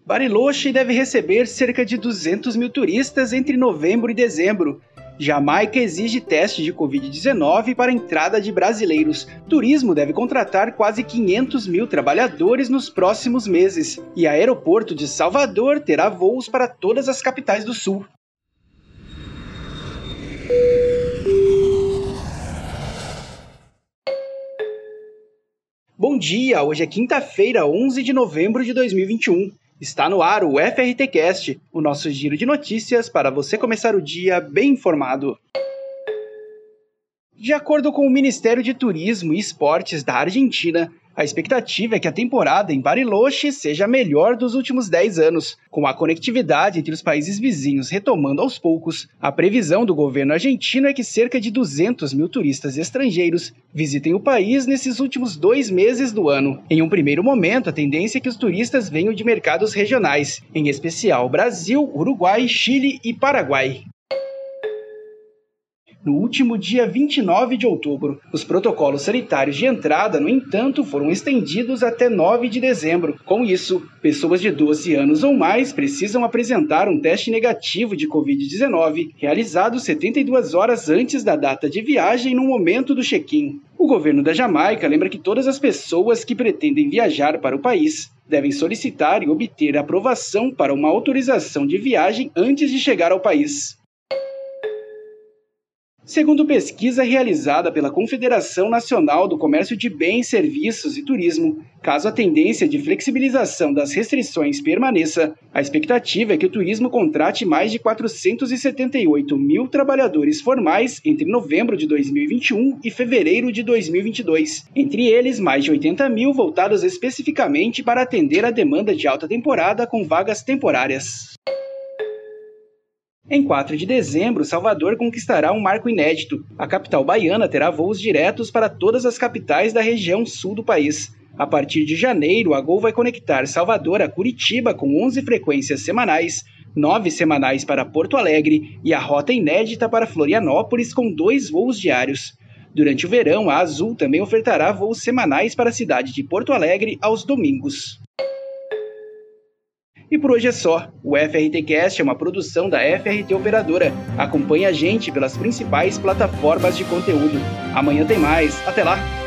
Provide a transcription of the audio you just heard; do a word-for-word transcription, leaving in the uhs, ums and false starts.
Bariloche deve receber cerca de duzentos mil turistas entre novembro e dezembro. Jamaica exige teste de covid dezenove para a entrada de brasileiros. Turismo deve contratar quase quinhentos mil trabalhadores nos próximos meses. E aeroporto de Salvador terá voos para todas as capitais do sul. Bom dia, hoje é quinta-feira, onze de novembro de dois mil e vinte e um. Está no ar o F R T Cast, o nosso giro de notícias para você começar o dia bem informado. De acordo com o Ministério de Turismo e Esportes da Argentina, a expectativa é que a temporada em Bariloche seja a melhor dos últimos dez anos. Com a conectividade entre os países vizinhos retomando aos poucos, a previsão do governo argentino é que cerca de duzentos mil turistas estrangeiros visitem o país nesses últimos dois meses do ano. Em um primeiro momento, a tendência é que os turistas venham de mercados regionais, em especial Brasil, Uruguai, Chile e Paraguai. No último dia vinte e nove de outubro, os protocolos sanitários de entrada, no entanto, foram estendidos até nove de dezembro. Com isso, pessoas de doze anos ou mais precisam apresentar um teste negativo de covid dezenove, realizado setenta e duas horas antes da data de viagem no momento do check-in. O governo da Jamaica lembra que todas as pessoas que pretendem viajar para o país devem solicitar e obter aprovação para uma autorização de viagem antes de chegar ao país. Segundo pesquisa realizada pela Confederação Nacional do Comércio de Bens, Serviços e Turismo, caso a tendência de flexibilização das restrições permaneça, a expectativa é que o turismo contrate mais de quatrocentos e setenta e oito mil trabalhadores formais entre novembro de dois mil e vinte e um e fevereiro de dois mil e vinte e dois. Entre eles, mais de oitenta mil voltados especificamente para atender a demanda de alta temporada com vagas temporárias. Em quatro de dezembro, Salvador conquistará um marco inédito. A capital baiana terá voos diretos para todas as capitais da região sul do país. A partir de janeiro, a Gol vai conectar Salvador a Curitiba com onze frequências semanais, nove semanais para Porto Alegre e a rota inédita para Florianópolis com dois voos diários. Durante o verão, a Azul também ofertará voos semanais para a cidade de Porto Alegre aos domingos. E por hoje é só. O F R T Cast é uma produção da F R T Operadora. Acompanhe a gente pelas principais plataformas de conteúdo. Amanhã tem mais. Até lá!